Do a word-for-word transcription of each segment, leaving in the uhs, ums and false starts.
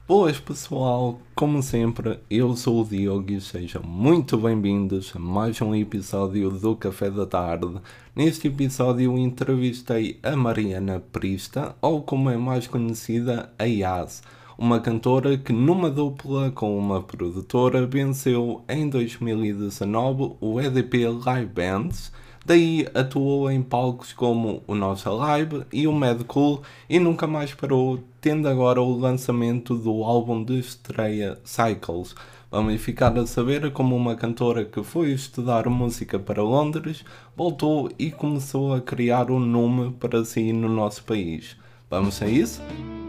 Boas pessoal, como sempre, eu sou o Diogo e sejam muito bem-vindos a mais um episódio do Café da Tarde. Neste episódio entrevistei a Mariana Prista, ou como é mais conhecida, a Yas, uma cantora que numa dupla com uma produtora venceu em dois mil e dezanove o E D P Live Bands. Daí atuou em palcos como o Nossa Live e o Mad Cool e nunca mais parou, tendo agora o lançamento do álbum de estreia Cycles. Vamos ficar a saber como uma cantora que foi estudar música para Londres voltou e começou a criar um nome para si no nosso país. Vamos a isso?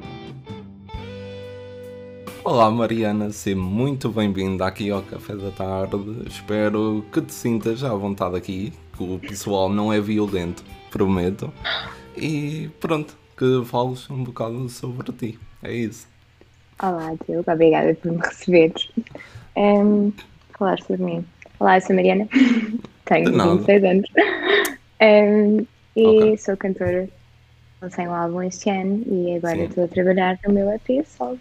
Olá Mariana, seja muito bem-vinda aqui ao Café da Tarde. Espero que te sintas à vontade aqui, que o pessoal não é violento, prometo. E pronto, que fales um bocado sobre ti. É isso. Olá, Diogo, obrigada por me receberes. Um, falar sobre mim. Olá, eu sou a Mariana, De tenho vinte e nada. seis anos um, Ok. e sou cantora. Lancei um álbum este ano e agora Sim. estou a trabalhar no meu E P solo.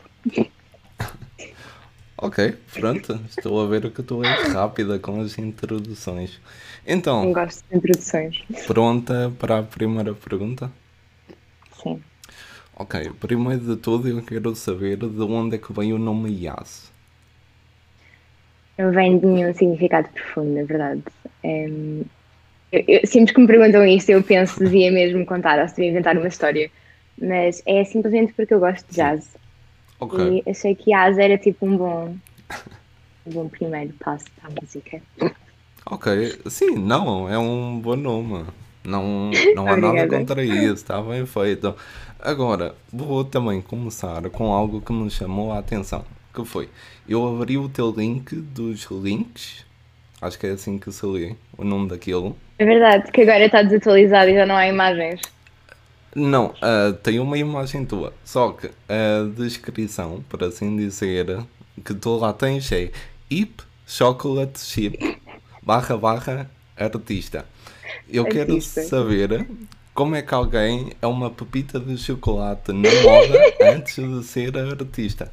Ok, pronto. Estou a ver que tu és rápida com as introduções. Então, Não gosto de introduções. pronta para a primeira pergunta? Sim. Ok, primeiro de tudo eu quero saber de onde é que vem o nome Yas. Não vem de nenhum significado profundo, na verdade. Um, eu, eu, sempre que me perguntam isto, eu penso que devia mesmo contar ou se devia inventar uma história. Mas é simplesmente porque eu gosto de Sim. jazz. Ok. E achei que jazz era tipo um bom, um bom primeiro passo para a música. Ok, sim, não, é um bom nome. Não, não há nada Obrigada. contra isso, está bem feito. Agora, vou também começar com algo que me chamou a atenção. Que foi, eu abri o teu link dos links, acho que é assim que se lê o nome daquilo. É verdade que agora está desatualizado e já não há imagens. Não, ah, tem uma imagem tua, só que a descrição, por assim dizer, que tu lá tens é Hip Chocolate Chip barra barra artista. Eu quero Artista. saber como é que alguém é uma pepita de chocolate na moda antes de ser artista.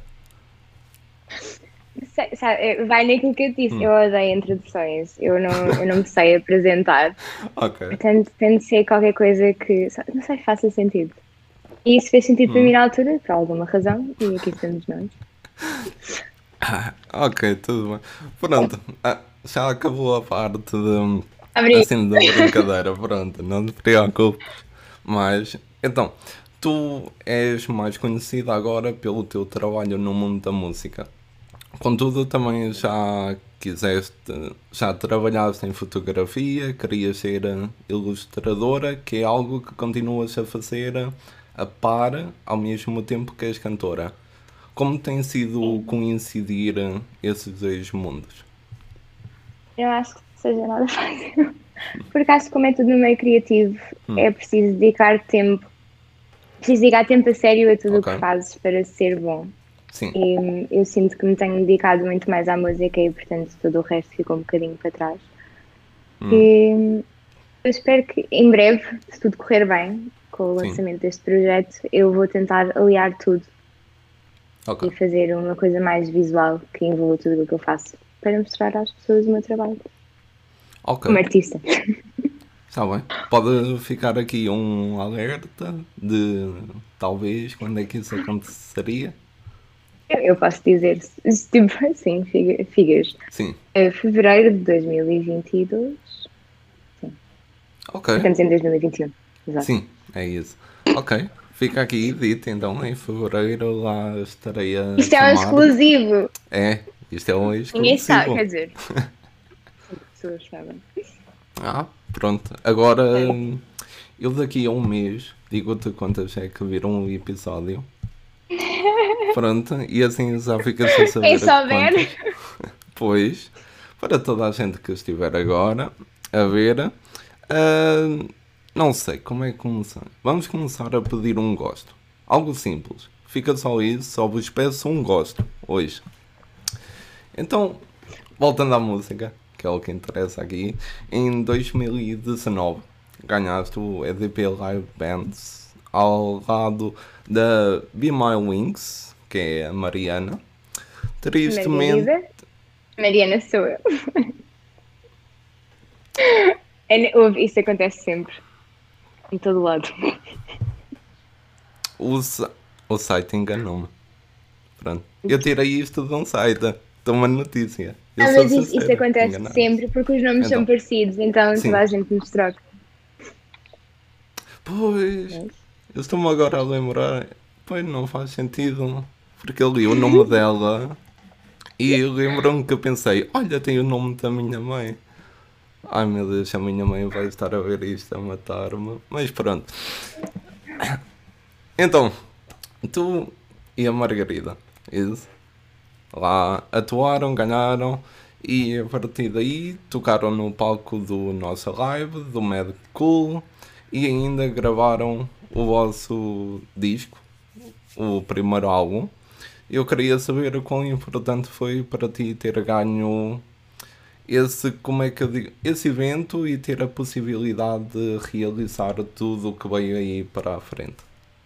Sei- sabe, vai naquilo que eu disse. Hum, Eu odeio introduções. Eu não, eu não me sei apresentar. ok. Portanto, tem de ser qualquer coisa que, sabe, não sei, faça sentido. E isso fez sentido para mim Hum, na altura, por alguma razão, e aqui estamos nós. ok, tudo bem. Pronto, ah, já acabou a parte de, Abri. assim, da brincadeira. Pronto, não te preocupes. Mas, então, tu és mais conhecida agora pelo teu trabalho no mundo da música. Contudo, também já quiseste, já trabalhaste em fotografia, querias ser ilustradora, que é algo que continuas a fazer a par ao mesmo tempo que és cantora. Como tem sido Sim. coincidir esses dois mundos? Eu acho que seja nada fácil. Porque acho que como é tudo no meio criativo, Hum, é preciso dedicar tempo, preciso dedicar tempo a sério a tudo o ok, que fazes para ser bom. sim, E hum, eu sinto que me tenho dedicado muito mais à música e, portanto, todo o resto ficou um bocadinho para trás. hum, E hum, eu espero que em breve, se tudo correr bem com o sim, lançamento deste projeto, eu vou tentar aliar tudo ok, e fazer uma coisa mais visual que envolva tudo o que eu faço para mostrar às pessoas o meu trabalho ok, como artista. está bem. Pode ficar aqui um alerta de talvez quando é que isso aconteceria? Eu, eu posso dizer, se- tipo assim, figa- figas. Sim, Eh, Fevereiro de dois mil e vinte e dois. Sim. ok. Estamos em dois mil e vinte e um. Exato. Sim, é isso. Ok, fica aqui dito então, em fevereiro lá estarei a Isto é um chamar-te. exclusivo. É, isto é um Ninguém sabe, exclusivo. quer dizer, poucas pessoas sabem. Ah, pronto. Agora, hum, eu daqui a um mês digo-te quantas é que viram o episódio. Pronto, e assim já ficas a Quem saber souber. quantas. Pois, para toda a gente que estiver agora a ver, ah, não sei como é que começar. Vamos começar a pedir um gosto. Algo simples. Fica só isso, só vos peço um gosto hoje. Então, voltando à música, que é o que interessa aqui, em dois mil e dezanove ganhaste o E D P Live Bands ao lado da Be My Wings, que é a Mariana. Tristemente. Margarida. Mariana sou eu. É, ouve, isso acontece sempre. Em todo lado. O, o site enganou-me. Pronto. Eu tirei isto de um site. De uma notícia. Eu Ah, sou mas isso, sincero, isso acontece enganaram-se. sempre porque os nomes Então, são parecidos, então sim. toda a gente nos troca. Pois, Mas, eu estou-me agora a lembrar. Pois não faz sentido. Porque eu li o nome dela e lembro-me que eu pensei: olha, tem o nome da minha mãe. Ai meu Deus, a minha mãe vai estar a ver isto a matar-me. Mas pronto. Então, tu e a Margarida, isso? Lá atuaram, ganharam e a partir daí tocaram no palco do nosso live, do Mad Cool e ainda gravaram o vosso disco, o primeiro álbum. Eu queria saber o quão importante foi para ti ter ganho esse, como é que eu digo, esse evento e ter a possibilidade de realizar tudo o que veio aí para a frente.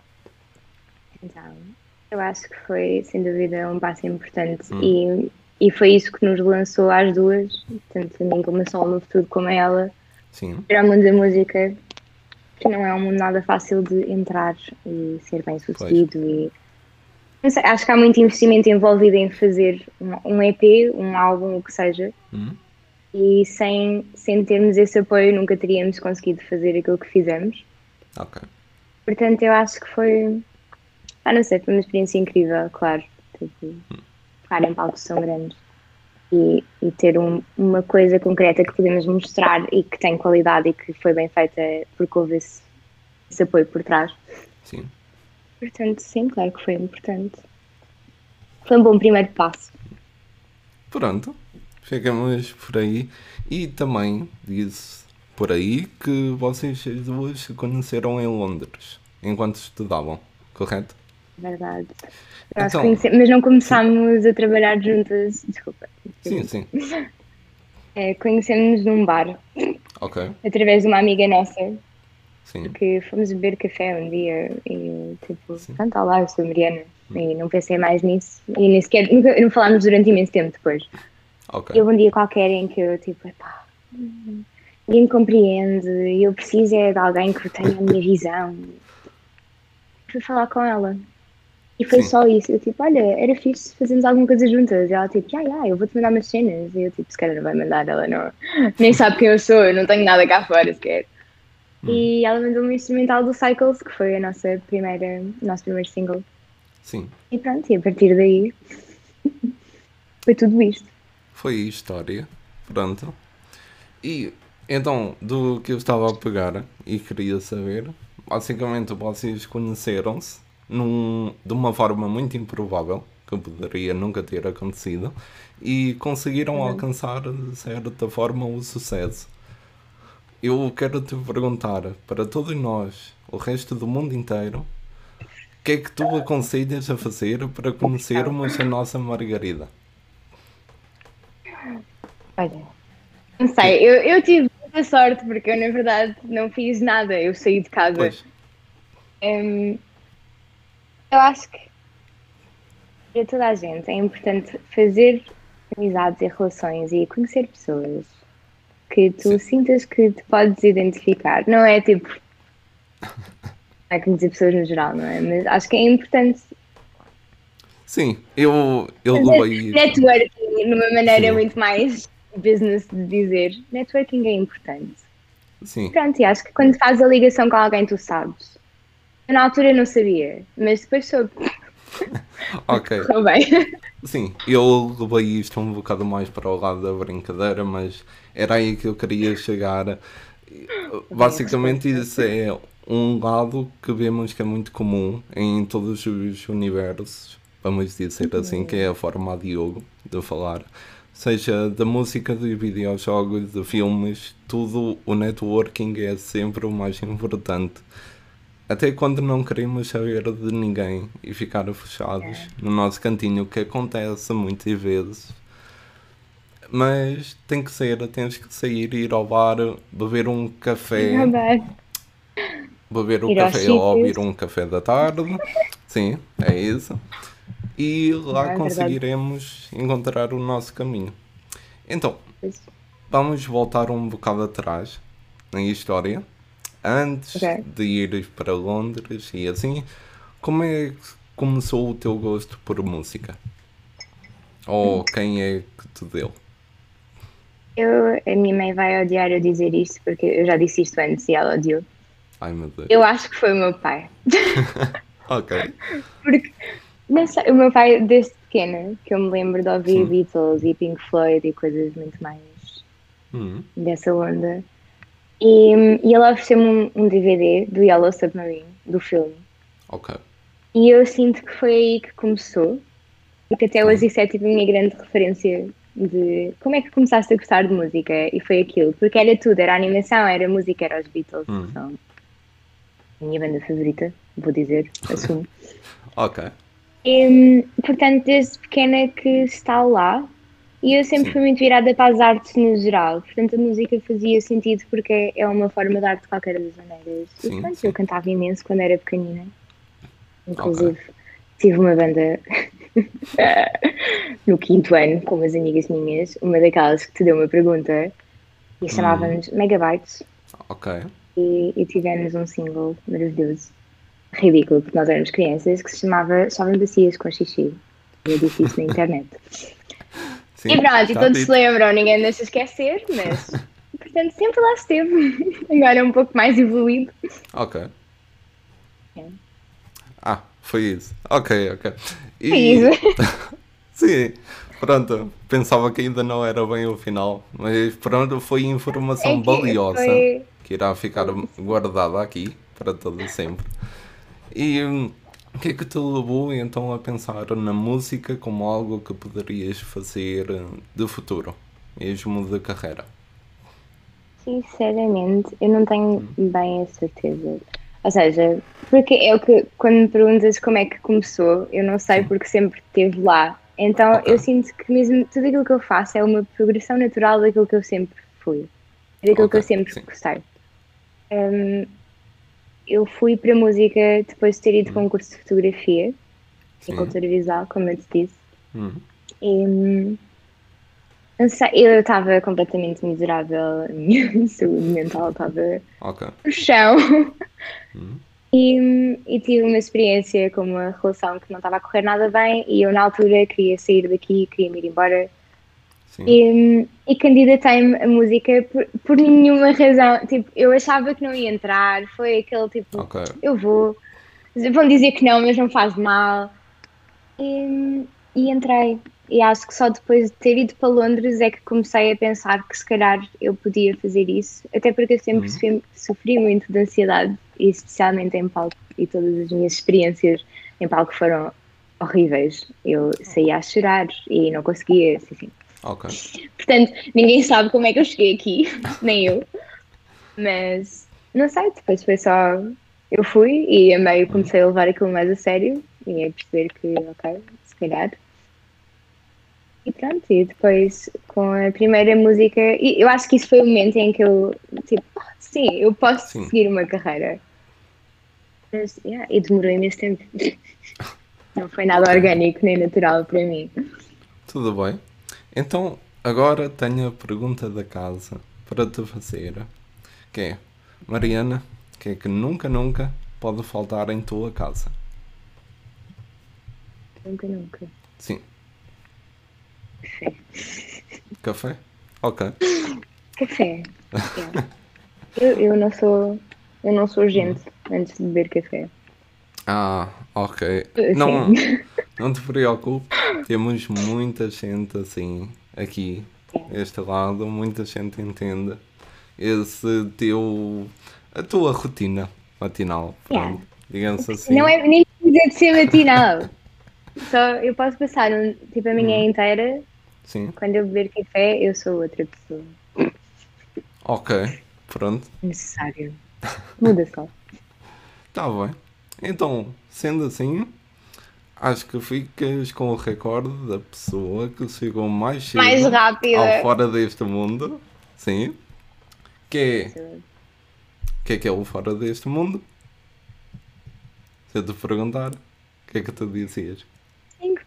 então, eu acho que foi, sem dúvida, um passo importante e, e foi isso que nos lançou às duas, tanto a mim como a Sol no futuro, como a ela, Sim, para o mundo da música, que não é um mundo nada fácil de entrar e ser bem pois. sucedido. E, não sei, acho que há muito investimento envolvido em fazer um, um E P, um álbum, o que seja, Hum? e sem, sem termos esse apoio nunca teríamos conseguido fazer aquilo que fizemos. Ok. Portanto, eu acho que foi, ah, não sei, foi uma experiência incrível, claro, tipo, tocar em palcos tão grandes e, e ter um, uma coisa concreta que podemos mostrar e que tem qualidade e que foi bem feita porque houve esse, esse apoio por trás. Sim. Portanto, sim, claro que foi importante. Foi um bom primeiro passo. Pronto, ficamos por aí. E também disse por aí que vocês as duas se conheceram em Londres, enquanto estudavam, correto? Verdade. Eu acho que Então, conhece- mas não começámos a trabalhar juntas. Desculpa. sim, sim, É, conhecemos-nos num bar, ok, através de uma amiga nossa, sim, que fomos beber café um dia e tipo, sim, pronto, olá, eu sou a Mariana. E não pensei mais nisso. E nem sequer, nunca, não falámos durante imenso tempo depois. ok, E houve um dia qualquer em que eu, tipo, epá, ninguém me compreende, e eu preciso é de alguém que tenha a minha visão. Fui falar com ela. E foi sim, só isso. Eu, tipo, olha, era fixe fazermos alguma coisa juntas. E ela, tipo, ah, yeah, eu vou-te mandar umas cenas. E eu, tipo, se calhar não vai mandar, ela não. Nem sabe quem eu sou, eu não tenho nada cá fora sequer. E ela mandou um instrumental do Cycles, que foi a nossa primeira, o nosso primeiro single. sim. E pronto, e a partir daí foi tudo isto. Foi história, pronto. E então, do que eu estava a pegar e queria saber, basicamente vocês conheceram-se num, de uma forma muito improvável, que poderia nunca ter acontecido, e conseguiram alcançar, de certa forma, o sucesso. Eu quero te perguntar, para todos nós, o resto do mundo inteiro, o que é que tu aconselhas a fazer para conhecermos a nossa Margarida? Olha, não sei, eu, eu tive muita sorte porque eu, na verdade, não fiz nada. Eu saí de casa. Pois, Hum, eu acho que para toda a gente é importante fazer amizades e relações e conhecer pessoas que tu sim. sintas que te podes identificar. Não é tipo, não é conhecer pessoas no geral, não é? Mas acho que é importante Sim, eu, eu fazer levei isto. networking numa maneira Sim, muito mais business de dizer. Networking é importante. sim, Pronto, e acho que quando fazes a ligação com alguém, tu sabes. Eu na altura não sabia, mas depois soube. ok. Correu bem. Sim, eu levei isto um bocado mais para o lado da brincadeira, mas era aí que eu queria chegar. Basicamente, isso é um lado que vemos que é muito comum em todos os universos, vamos dizer assim, que é a forma de Diogo de falar. Seja da música, de videojogos, de filmes, tudo o networking é sempre o mais importante. Até quando não queremos saber de ninguém e ficar fechados no nosso cantinho, o que acontece muitas vezes. Mas tem que ser, tens que sair, ir ao bar, beber um café, Verdade. beber o Ir aos café ou sítios. beber um café da tarde. Sim, é isso. e lá Não é verdade? conseguiremos encontrar o nosso caminho. Então, Pois. vamos voltar um bocado atrás na história, antes Ok. de ires para Londres e assim, como é que começou o teu gosto por música? Ou quem é que te deu? Eu, a minha mãe vai odiar eu dizer isto, porque eu já disse isto antes e ela odiou. Ai meu Deus. Eu acho que foi o meu pai. Ok, Porque, não sei, o meu pai, desde pequena, que eu me lembro de ouvir sim. Beatles e Pink Floyd e coisas muito mais Hum, dessa onda. E, e ele ofereceu-me um, um D V D do Yellow Submarine, do filme. ok, E eu sinto que foi aí que começou, porque até hoje sim. isso é tipo a minha grande referência de como é que começaste a gostar de música, e foi aquilo, porque era tudo, era animação, era música, era os Beatles, que Hum, são a minha banda favorita, vou dizer, assumo. ok, E, portanto, desde pequena que está lá, e eu sempre sim, fui muito virada para as artes no geral, portanto a música fazia sentido porque é uma forma de arte de qualquer das maneiras. E sim, pronto, eu sim. cantava imenso quando era pequenina, Ok. inclusive tive uma banda no quinto ano com umas amigas minhas, uma daquelas que te deu uma pergunta e Hum, chamávamos Megabytes ok. e, e tivemos um single maravilhoso, ridículo, porque nós éramos crianças, que se chamava Chovem Bacias com Xixi. E eu disse isso na internet. E Sim, pronto, e está todos se dito. lembram, ninguém deixa esquecer, mas portanto sempre lá esteve. Agora é um pouco mais evoluído. Ok. É, Ah, foi isso. Ok, ok. é E isso. sim, pronto, pensava que ainda não era bem o final, mas pronto, foi É informação que valiosa foi. que irá ficar guardada aqui para todo sempre. E hum, o que é que te levou então a pensar na música como algo que poderias fazer hum, de futuro, mesmo de carreira? Sinceramente, eu não tenho bem a certeza. Ou seja, porque é o que, quando me perguntas como é que começou, eu não sei Sim, porque sempre esteve lá. Então ok, eu sinto que mesmo tudo aquilo que eu faço é uma progressão natural daquilo que eu sempre fui, daquilo que eu ok, sempre sim, gostei. Hum, eu fui para a música depois de ter ido para hum, um curso de fotografia e sim, cultura visual, como eu te disse. hum, E, hum, não sei, eu estava completamente miserável, a minha saúde mental estava ok, no chão. hum, E, e tive uma experiência com uma relação que não estava a correr nada bem e eu na altura queria sair daqui, queria me ir embora sim, e, e candidatei-me a música por, por nenhuma razão, tipo, eu achava que não ia entrar, foi aquele tipo, ok, eu vou, vão dizer que não, mas não faz mal e, e entrei. E acho que só depois de ter ido para Londres é que comecei a pensar que se calhar eu podia fazer isso, até porque eu sempre hum, sofri, sofri muito de ansiedade, e especialmente em palco, e todas as minhas experiências em palco foram horríveis. Eu saía a chorar e não conseguia, assim, assim. ok, Portanto, ninguém sabe como é que eu cheguei aqui, nem eu, mas não sei, depois foi só. Eu fui e a meio hum, comecei a levar aquilo mais a sério e a perceber que, ok, se calhar. E pronto, e depois com a primeira música, e eu acho que isso foi o momento em que eu, tipo, "Ah, sim, eu posso sim, seguir uma carreira." Mas, yeah, e demorou imenso tempo. Não foi nada ok, orgânico nem natural para mim. tudo bem. Então, agora tenho a pergunta da casa para te fazer, que é, Mariana, o que é que nunca, nunca pode faltar em tua casa? Nunca, nunca. Sim, Café. café? Ok. Café. Yeah. Eu, eu não sou, eu não sou Hum. gente antes de beber café. Ah, ok. Sim. Não, não te preocupes, temos muita gente assim aqui, Yeah. este lado, muita gente entende esse teu, a tua rotina matinal, Yeah. pronto, digamos Não assim. é nem precisa de ser matinal. Só eu posso passar um, tipo a manhã Hum, inteira. sim, Quando eu beber café, eu sou outra pessoa. ok, pronto, Necessário. Muda só. está bem. Então, sendo assim, acho que ficas com o recorde da pessoa que chegou mais Mais cedo ao rápida. fora deste mundo, sim, que é, Excelente. que é que é o fora deste mundo? Se eu te perguntar, o que é que tu dizias? Cinco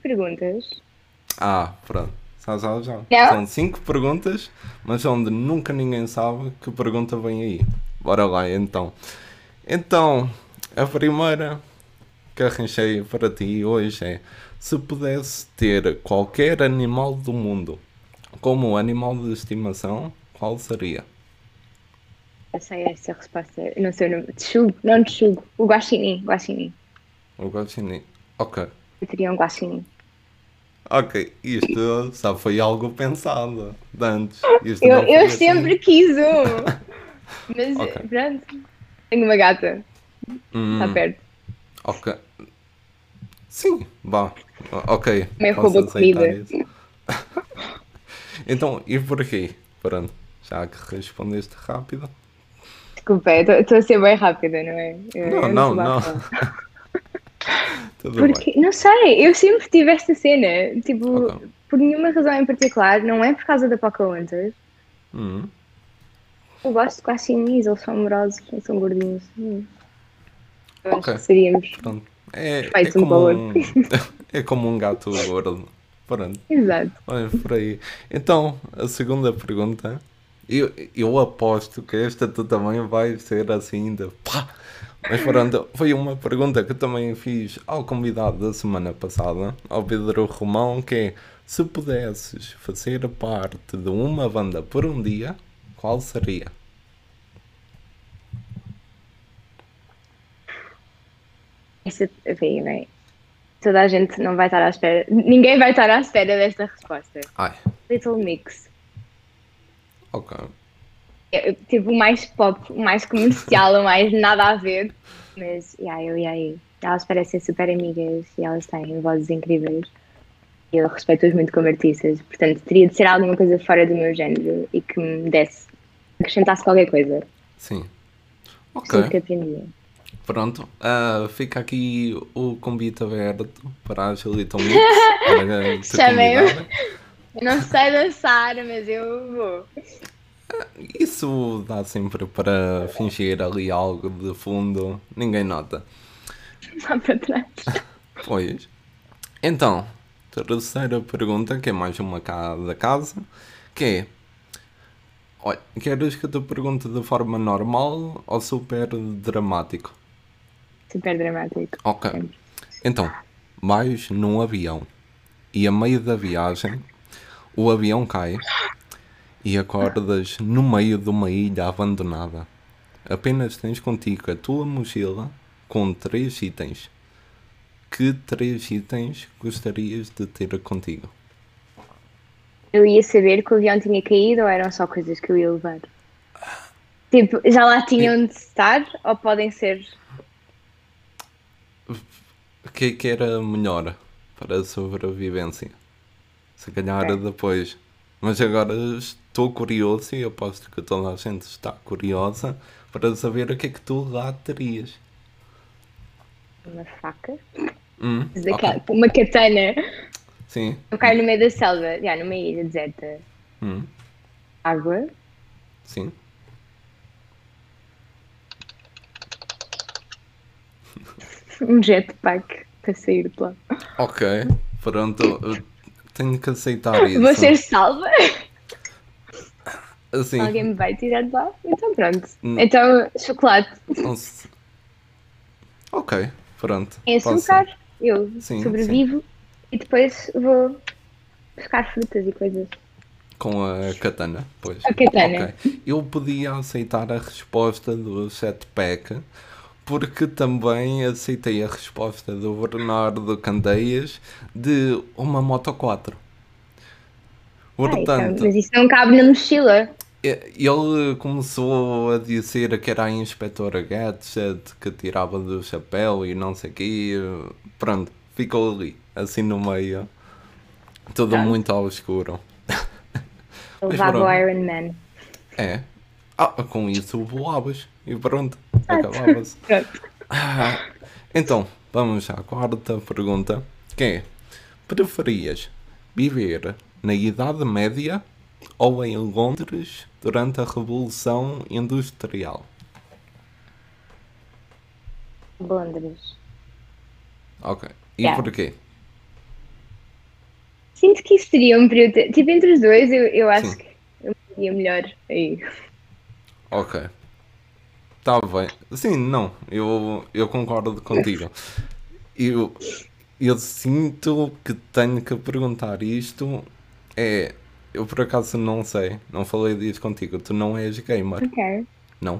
perguntas. Ah, pronto. Já, já, já. Não? São cinco perguntas, mas onde nunca ninguém sabe que pergunta vem aí. Bora lá, então. Então, a primeira que arranjei para ti hoje é: se pudesse ter qualquer animal do mundo como animal de estimação, qual seria? Eu sei essa resposta. Eu não sei o nome. Tchugo, não tchugo. O guaxinim. Guaxinim. O guaxinim. Ok. Eu teria um guaxinim. Ok, isto só foi algo pensado de antes. Isto Eu, não eu foi assim. sempre quis um. Mas Ok. pronto. Tenho uma gata. Está Hum, perto. ok. Sim, vá. Ok, Também posso rouba aceitar comida. isso. Então, e porquê? Pronto, já que respondeste rápido. Desculpa, eu estou a ser bem rápida, não é? Eu, Não, eu não não, sou lá a não. falar. Tudo bem. Porque, não sei, eu sempre tive esta cena. Tipo, Ok. por nenhuma razão em particular. Não é por causa da Pocahontas. Hum, Eu gosto de guaxinins, eles são amorosos, eles são gordinhos. Hum, Eu acho ok. que seríamos Pronto. É, é perfeitos um para como o outro. um. É como um gato gordo. Pronto. Exato. Olha por aí. Então, a segunda pergunta. Eu, eu aposto que esta tu também vai ser assim de pá. Mas pronto, foi uma pergunta que também fiz ao convidado da semana passada, ao Pedro Romão, que é: se pudesses fazer parte de uma banda por um dia, qual seria? Essa, bem, bem, toda a gente não vai estar à espera. Ninguém vai estar à espera desta resposta. Ai, Little Mix. ok. Eu, tipo, o mais pop, o mais comercial, o mais nada a ver. Mas, yeah, eu e aí. Elas parecem super amigas e elas têm vozes incríveis. E eu respeito-as muito como artistas. Portanto, teria de ser alguma coisa fora do meu género e que me desse, acrescentasse qualquer coisa. Sim. Ok. Sinto que aprendia. Pronto. Ah, fica aqui o convite aberto para a Little Mix, para te Chamem-me. convidarem. Eu não sei dançar, mas eu vou. Isso dá sempre para fingir ali algo de fundo, ninguém nota. Lá para trás. Pois. Então, terceira pergunta, que é mais uma cá da casa, que é: olha, queres que eu te pergunte de forma normal ou super dramático? Super dramático. Ok. Sempre. Então, vais num avião e a meio da viagem o avião cai e acordas no meio de uma ilha abandonada. Apenas tens contigo a tua mochila com três itens. Que três itens gostarias de ter contigo? Eu ia saber que o avião tinha caído ou eram só coisas que eu ia levar? Tipo, já lá E tinham de estar ou podem ser. o que é que era melhor para a sobrevivência? Se calhar Ok, depois. Mas agora estou curioso e aposto que toda a gente está curiosa para saber o que é que tu lá terias. uma faca. Hum, ok. Daquela- Uma katana. Sim. Eu caio no meio da selva, já, numa ilha deserta. Hum, Água. sim. Um jetpack para sair de lá. Ok. Pronto. eu Tenho que aceitar Vou isso. ser salva? Assim. Alguém me vai tirar de lá? Então pronto. n- Então, chocolate. Não se... Ok. Pronto. Em Pode ser. açúcar, eu Sim, sim. sobrevivo e depois vou buscar frutas e coisas. Com a katana, pois. A katana. Ok. Eu podia aceitar a resposta do setpack, porque também aceitei a resposta do Bernardo Candeias de uma Moto quatro. Ah, então, Portanto, mas isso não cabe na mochila. e- ele começou a dizer que era a inspetora Gadget, que tirava do chapéu e não sei o quê. Pronto, ficou ali, assim no meio. Tudo Pronto. muito ao escuro. Eu Mas levava o pronto, Iron Man. é. Ah, com isso voavas e pronto, Exato. acabava-se. Pronto. Ah, então, vamos à quarta pergunta, que é: preferias viver na Idade Média ou em Londres durante a Revolução Industrial? Londres. Ok, e Yeah. porquê? Sinto que isso seria um período. Tipo, entre os dois, eu, eu acho Sim. que eu seria melhor aí. Ok. Tá bem. Sim, não. Eu, eu concordo contigo. Eu, eu sinto que tenho que perguntar isto. É. Eu por acaso não sei. Não falei disso contigo. Tu não és gamer? Ok. Não?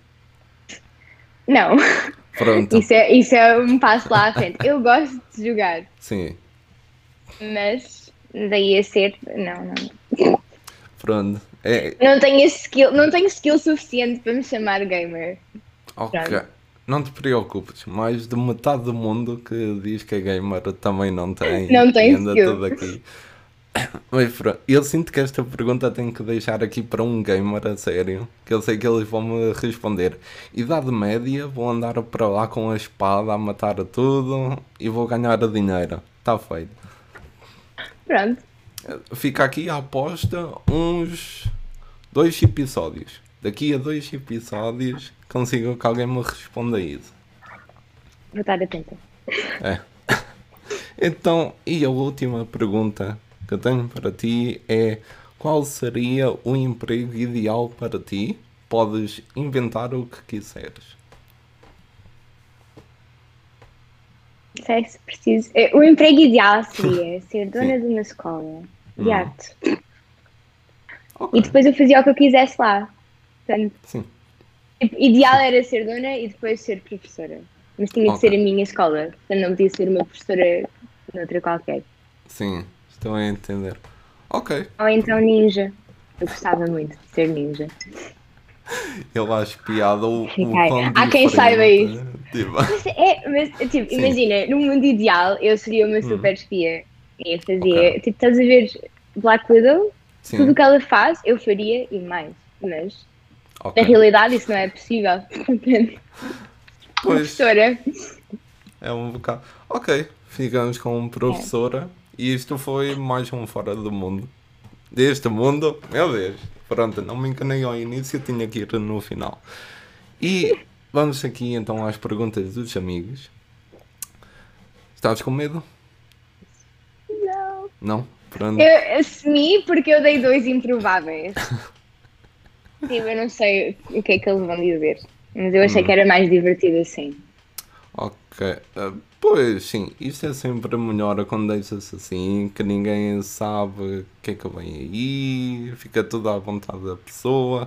Não, Pronto. isso é, isso é um passo lá à frente. Eu gosto de jogar, Sim. mas daí a ser. Não, não. Pronto. É. Não tenho skill, não tenho skill suficiente para me chamar gamer. Ok. Pronto. Não te preocupes. Mais de metade do mundo que diz que é gamer também não tem. Não E tenho anda skill. tudo aqui. Mas pronto, eu sinto que esta pergunta tenho que deixar aqui para um gamer a sério, que eu sei que eles vão me responder. Idade média, vou andar para lá com a espada a matar tudo e vou ganhar dinheiro. Está feito. Pronto. Fica aqui a aposta uns dois episódios. Daqui a dois episódios consigo que alguém me responda isso. Vou estar atenta. É. Então, e a última pergunta que eu tenho para ti é: qual seria o emprego ideal para ti? Podes inventar o que quiseres. Não sei se preciso. Eh, O emprego ideal seria ser Sim. dona de uma escola de Hum, arte. ok. E depois eu fazia o que eu quisesse lá. Portanto, Sim. tipo, ideal era ser dona e depois ser professora. Mas tinha de Ok. ser a minha escola. Portanto, não podia ser uma professora noutra qualquer. Sim. Estou a entender. Ok. Ou então ninja. Eu gostava muito de ser ninja. Eu acho piada o, o Fiquei. quão Há quem saiba diferente. isso. Tipo. Mas, é, mas tipo, Sim. imagina, no mundo ideal eu seria uma Hum, super espia. E eu ok. fazia, tipo, estás a ver Black Widow? Tudo o Sim. que ela faz, eu faria e mais. Mas, Ok. na realidade, isso não é possível. Pois. Professora. É um bocado. Ok. Ficamos com É. professora. E isto foi mais um fora do mundo. Deste mundo, meu Deus. Pronto, não me enganei ao início, tinha que ir no final. E vamos aqui então às perguntas dos amigos. Estás com medo? Não. Não? Pronto. Eu assumi porque eu dei dois improváveis. Tipo, eu não sei o que é que eles vão dizer. Mas eu achei que Hum, era mais divertido assim. ok. Ah, pois sim, isto é sempre melhor quando deixa-se assim, que ninguém sabe o que é que vem aí, fica tudo à vontade da pessoa.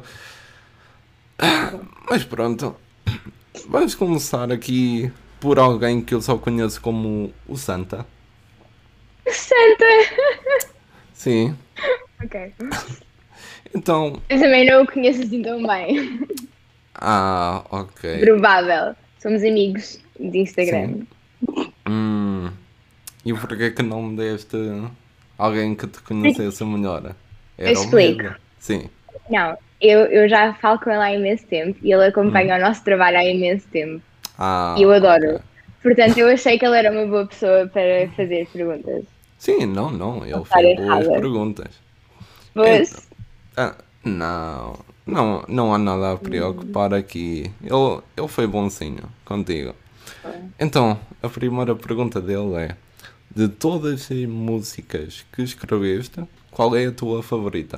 Mas pronto, vamos começar aqui por alguém que eu só conheço como o Santa. Santa! Sim. Ok. Então, Eu também não o conheço assim tão bem. ah, ok. Provável. Somos amigos de Sim. Instagram. Hum, e porquê que não me deste alguém que te conhecesse melhor? Eu Era o explico. medo. Sim. Não, eu, eu já falo com ele há imenso tempo e ele Hum. acompanha o nosso trabalho há imenso tempo. E eu Ah, ok. adoro. Portanto, eu achei que ele era uma boa pessoa para fazer perguntas. Sim, não, não. Não Ele estar fez boas errada. perguntas. Então, Mas, ah, não, não, não há nada a hum, preocupar aqui. Ele, ele foi bonzinho contigo. Então, a primeira pergunta dele é: de todas as músicas que escreveste, qual é a tua favorita?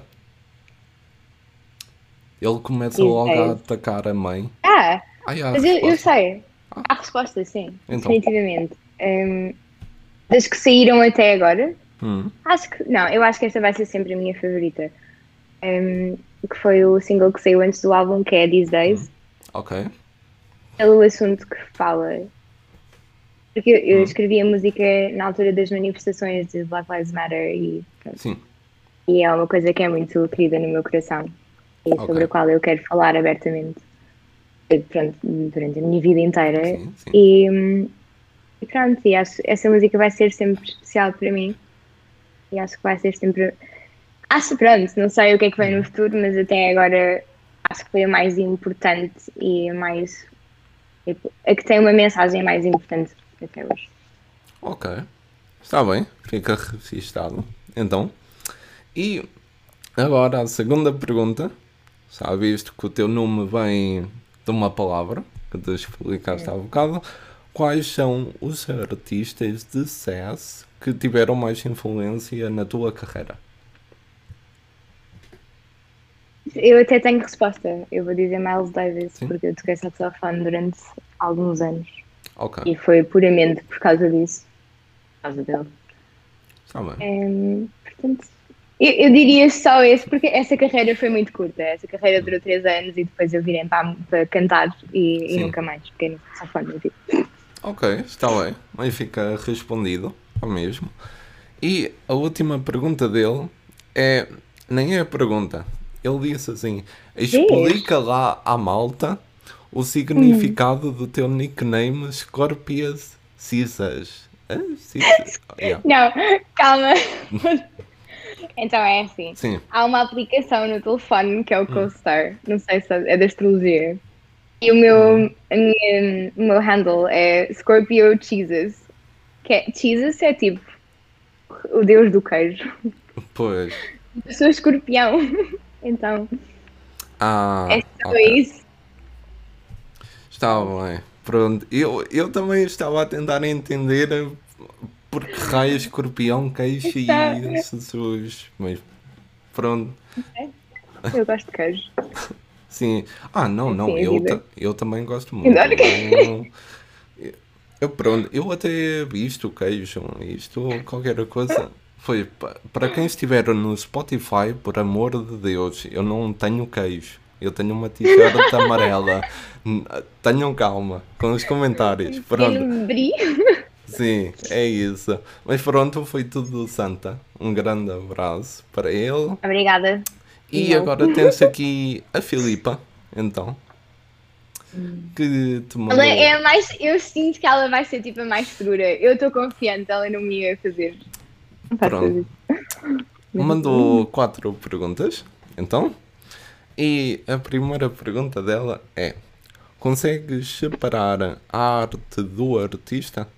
Ele começa these logo a days. atacar a mãe. Ah, Aí há a mas eu, eu resposta. sei. Ah, Há resposta, sim. então. Definitivamente. Hum, das que saíram até agora, Hum, acho que. Não, eu acho que esta vai ser sempre a minha favorita. Hum, que foi o single que saiu antes do álbum, que é These Days. ok. Pelo assunto que fala. Porque eu, eu Hum, escrevi a música na altura das manifestações de Black Lives Matter e, pronto, sim, e é uma coisa que é muito querida no meu coração e ok. sobre a qual eu quero falar abertamente, eh, pronto, durante a minha vida inteira. Sim, sim. E, hum, e pronto, e acho que essa música vai ser sempre especial para mim e acho que vai ser sempre. Acho, pronto, não sei o que é que vem no futuro, mas até agora acho que foi a mais importante e a mais. Tipo, a que tem uma mensagem mais importante até hoje. Ok. Está bem, fica registado. Então, e agora a segunda pergunta. Já viste que o teu nome vem de uma palavra que te explicaste há bocado. Quais são os artistas de C S que tiveram mais influência na tua carreira? Eu até tenho resposta. Eu vou dizer Miles Davis, Sim? porque eu toquei saxofone durante alguns anos. Ok, E foi puramente por causa disso. Por causa dele. está bem. Em, portanto, eu, eu diria só esse, porque essa carreira foi muito curta. Essa carreira durou três anos e depois eu virei para, para cantar e, e Sim. nunca mais fiquei no saxofone na vida. Ok, está bem. Aí fica respondido, ao mesmo. E a última pergunta dele é. Nem é a pergunta. Ele disse assim: Diz? explica lá à malta o Hum. significado do teu nickname Scorpius Cisas. Ah, Cisas? Yeah. Não, calma. Então é assim. Sim. Há uma aplicação no telefone que é o CoStar. Não sei se é da astrologia. E o meu, a minha, o meu handle é Scorpio Jesus. Que é, Jesus é tipo o deus do queijo. Pois. Eu sou escorpião. Então, é Ah, só ok. isso. Está bem. Pronto. Eu, eu também estava a tentar entender porque raio escorpião, queijo Está. e Jesus. Mas pronto. Eu gosto de queijo. Sim. Ah, não, não. Assim é a Eu, ta- vida. eu também gosto muito. Adoro queijo. Eu, eu, pronto. Eu até vi isto, queijo, isto, qualquer coisa. Foi pa- para quem estiver no Spotify, por amor de Deus, eu não tenho queijo. Eu tenho uma t-shirt amarela. N- Tenham calma com os comentários. Pronto. Pequeno brie. Sim, é isso. Mas pronto, foi tudo Santa. Um grande abraço para ele. Obrigada. E Não. agora temos aqui a Filipa, então, que te Ela é mandou. a mais. Eu sinto que ela vai ser tipo a mais segura. Eu estou confiante, ela não me ia fazer. Não faças Pronto, isso. mandou quatro perguntas, então. E a primeira pergunta dela é: consegues separar a arte do artista?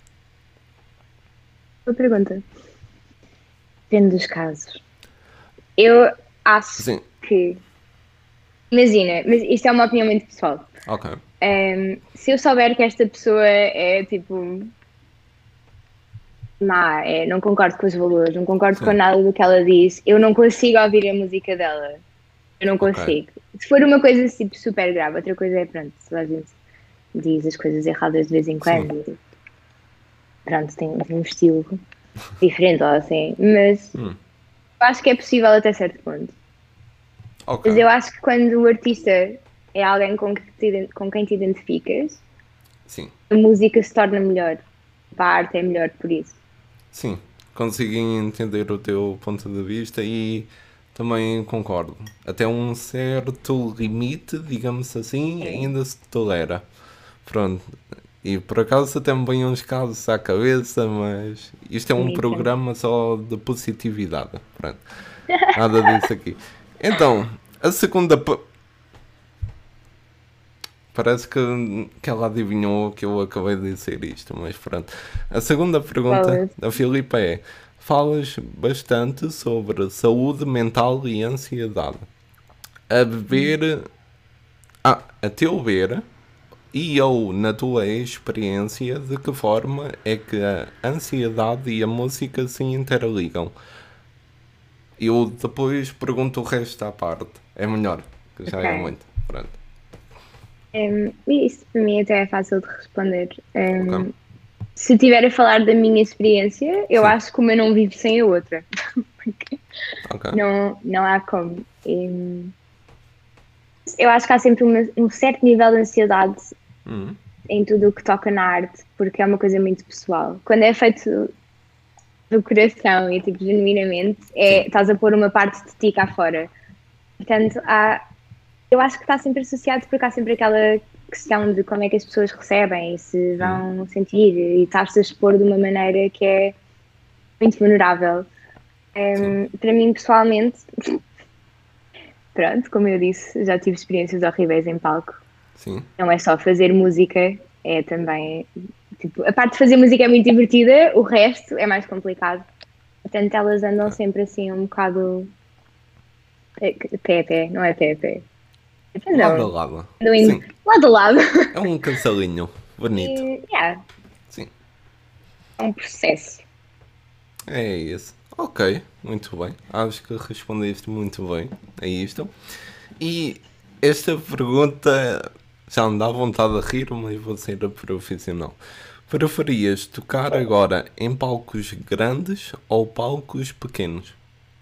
Boa pergunta. Depende dos casos. Eu acho Sim, que. Imagina, mas isto é uma opinião muito pessoal. ok. Ehm, se eu souber que esta pessoa é tipo má, é, não concordo com os valores, não concordo com Sim, nada do que ela diz, eu não consigo ouvir a música dela. Eu não ok. consigo. Se for uma coisa tipo super grave, outra coisa é pronto, toda a gente diz as coisas erradas de vez em Sim, quando. E, pronto, tem, tem um estilo diferente ou assim, mas hum, eu acho que é possível até certo ponto. ok. Mas eu acho que quando o artista é alguém com, que te iden- com quem te identificas, Sim, a música se torna melhor. A arte é melhor por isso. sim. Consegui entender o teu ponto de vista e também concordo. Até um certo limite, digamos assim, Sim, ainda se tolera. Pronto. E por acaso até me vêm uns casos à cabeça, mas isto é a um mim também. programa só de positividade. Pronto. Nada disso aqui. Então, a segunda. pe- Parece que, que ela adivinhou que eu acabei de dizer isto, mas pronto. A segunda pergunta Bolas. da Filipa é: falas bastante sobre saúde mental e ansiedade. A ver. Ah, a teu ver, e ou na tua experiência, de que forma é que a ansiedade e a música se interligam? Eu depois pergunto o resto à parte. É melhor, que já é Ok. muito. Pronto. Um, isso para mim até é fácil de responder. Ok? Um, se estiver a falar da minha experiência, eu Sim. acho que uma não vive sem a outra. Porque Ok. não, não há como. Um, eu acho que há sempre uma- um certo nível de ansiedade Hum, em tudo o que toca na arte, porque é uma coisa muito pessoal. Quando é feito do coração e tipo genuinamente, é, sim. estás a pôr uma parte de ti cá fora. Portanto, há, eu acho que está sempre associado porque há sempre aquela questão de como é que as pessoas recebem e se Hum, vão sentir e estás-te a expor de uma maneira que é muito vulnerável. sim. Hum, para mim, pessoalmente, pronto, como eu disse, já tive experiências horríveis em palco. Sim. Não é só fazer música, é também. Tipo, a parte de fazer música é muito divertida, o resto é mais complicado. Portanto, elas andam Ok. sempre assim um bocado eh, pé a pé, não é pé a pé. Lado a Não, lado. andam indo Sim. lado a lado. É um cancelinho bonito. E, yeah, Sim. é um processo. É isso. Ok, muito bem. Acho que respondeste muito bem a isto. E esta pergunta já me dá vontade de rir, mas vou ser profissional. Preferias tocar agora em palcos grandes ou palcos pequenos?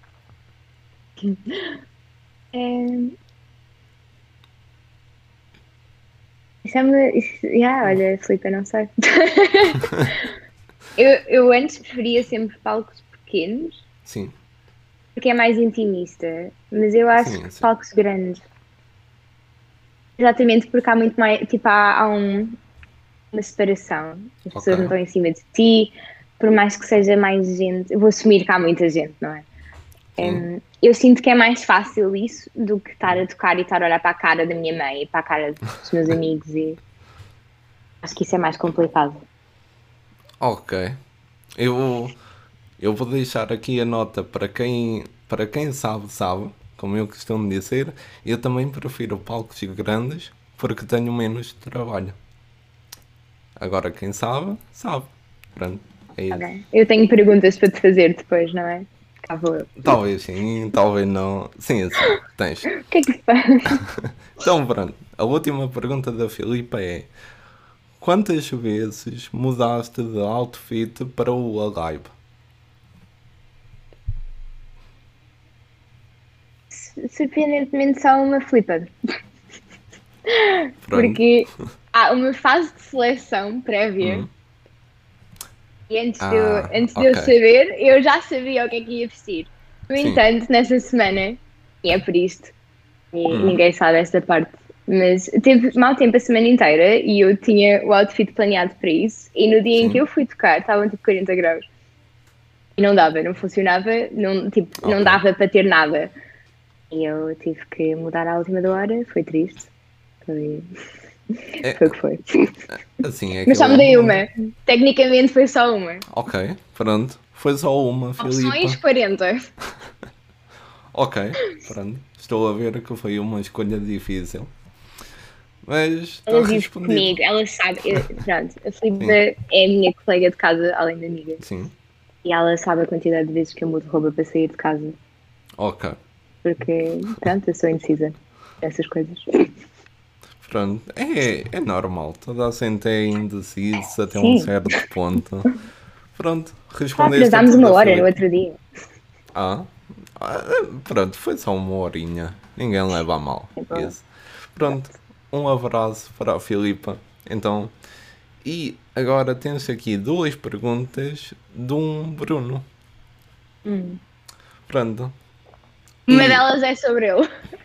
É, isso é uma. Isso, yeah, olha, Filipe, eu não sei. eu, eu antes preferia sempre palcos pequenos, Sim, porque é mais intimista, mas eu acho sim, que sim. palcos grandes. Exatamente porque há muito mais. Tipo, há, há um, uma separação. As Ok. pessoas não estão em cima de ti, por mais que seja mais gente. Eu vou assumir que há muita gente, não é? Sim. Hum, eu sinto que é mais fácil isso do que estar a tocar e estar a olhar para a cara da minha mãe e para a cara dos meus amigos e acho que isso é mais complicado. Ok. Eu, eu vou deixar aqui a nota para quem, para quem sabe, sabe, como eu costumo dizer. Eu também prefiro palcos grandes porque tenho menos trabalho. Agora quem sabe, sabe. Pronto, é Ok. isso. Eu tenho perguntas para te fazer depois, não é? Cá vou eu. Talvez sim, talvez não. Sim, sim, tens. O que é que se faz? Então pronto, a última pergunta da Filipa é: quantas vezes mudaste de outfit para o Alive? Surpreendentemente só uma flipper. Pronto. Porque há uma fase de seleção prévia Hum. e antes de eu, Ah, antes de eu ok. saber, eu já sabia o que é que ia vestir. No Sim. entanto, nessa semana, e é por isto, e Hum. ninguém sabe esta parte, mas teve mau tempo a semana inteira e eu tinha o outfit planeado para isso. E no dia em que Sim. eu fui tocar, estavam tipo quarenta graus e não dava, não funcionava, não, tipo, não Ok. dava para ter nada. E eu tive que mudar à última da hora, foi triste, foi, É, foi o que foi. assim, é Mas só aquele mudei momento. uma, tecnicamente foi só uma. Ok, pronto. Foi só uma, Opções Filipa. quarenta. Ok, pronto. Estou a ver que foi uma escolha difícil. Mas está Ela vive respondido. comigo, ela sabe, eu- pronto, a Filipe Sim. é a minha colega de casa, além de amiga. Sim. E ela sabe a quantidade de vezes que eu mudo roupa para sair de casa. Ok. Porque, pronto, eu sou indecisa dessas coisas. Pronto. É, é normal. Toda a gente é indecisa até um Sim, certo ponto. Pronto. só Respondeste a atrasámos tudo, uma hora no Filipe. outro dia. Ah, ah, pronto, foi só uma horinha. Ninguém leva a mal. Sem problema. Isso. Pronto, um abraço para a Filipa. Então, e agora temos aqui duas perguntas de um Bruno. Hum. Pronto. Uma E delas é sobre ele.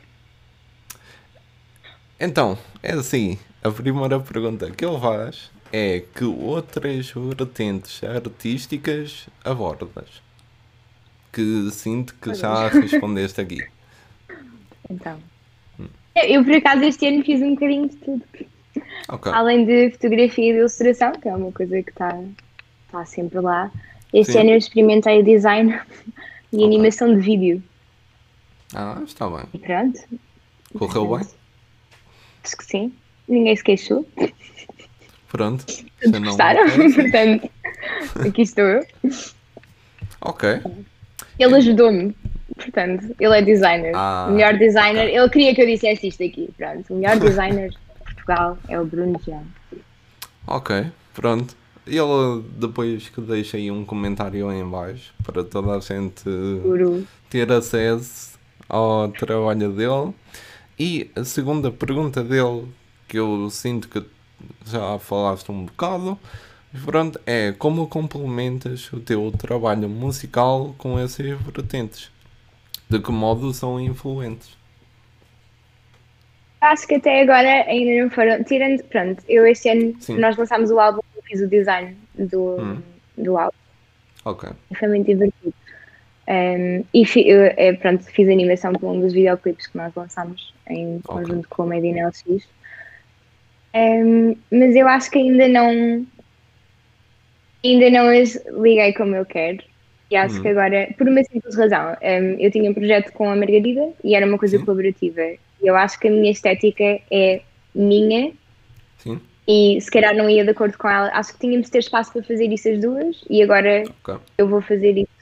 então, é assim: a primeira pergunta que ele faz é que outras vertentes artísticas abordas? Que sinto que Olha, já respondeste aqui. então. Eu, por acaso, este ano fiz um bocadinho de tudo. Ok, Além de fotografia e de ilustração, que é uma coisa que está tá sempre lá. Este sim, ano eu experimentei design e ok. animação de vídeo. Ah, está bem. E pronto, Correu bem? portanto, acho que sim. Ninguém se queixou. Pronto, se Todos não gostaram, queixas. portanto, aqui estou eu. Ok. Ele En- ajudou-me, portanto, ele é designer. O Ah, melhor ok. designer, ele queria que eu dissesse isto aqui, pronto. O melhor designer de Portugal é o Bruno Jean. Ok, pronto. Ele depois que deixa aí um comentário aí em baixo para toda a gente Guru. ter acesso ao trabalho dele. E a segunda pergunta dele, que eu sinto que já falaste um bocado, mas pronto, é como complementas o teu trabalho musical com essas vertentes? De que modo são influentes? Acho que até agora ainda não foram. Tirando, pronto, eu este ano, Sim. nós lançámos o álbum, eu fiz o design do, Hum, do álbum, ok. e foi muito divertido. Um, e fi, eu, é, pronto, fiz animação para um dos videoclipes que nós lançámos em Ok. conjunto com o Made in L X. Um, mas eu acho que ainda não, ainda não as liguei como eu quero. E acho que Hum, agora, por uma simples razão, um, eu tinha um projeto com a Margarida e era uma coisa sim. colaborativa. E eu acho que a minha estética é minha Sim. E se calhar não ia de acordo com ela. Acho que tínhamos de ter espaço para fazer isso as duas e agora Ok. eu vou fazer isso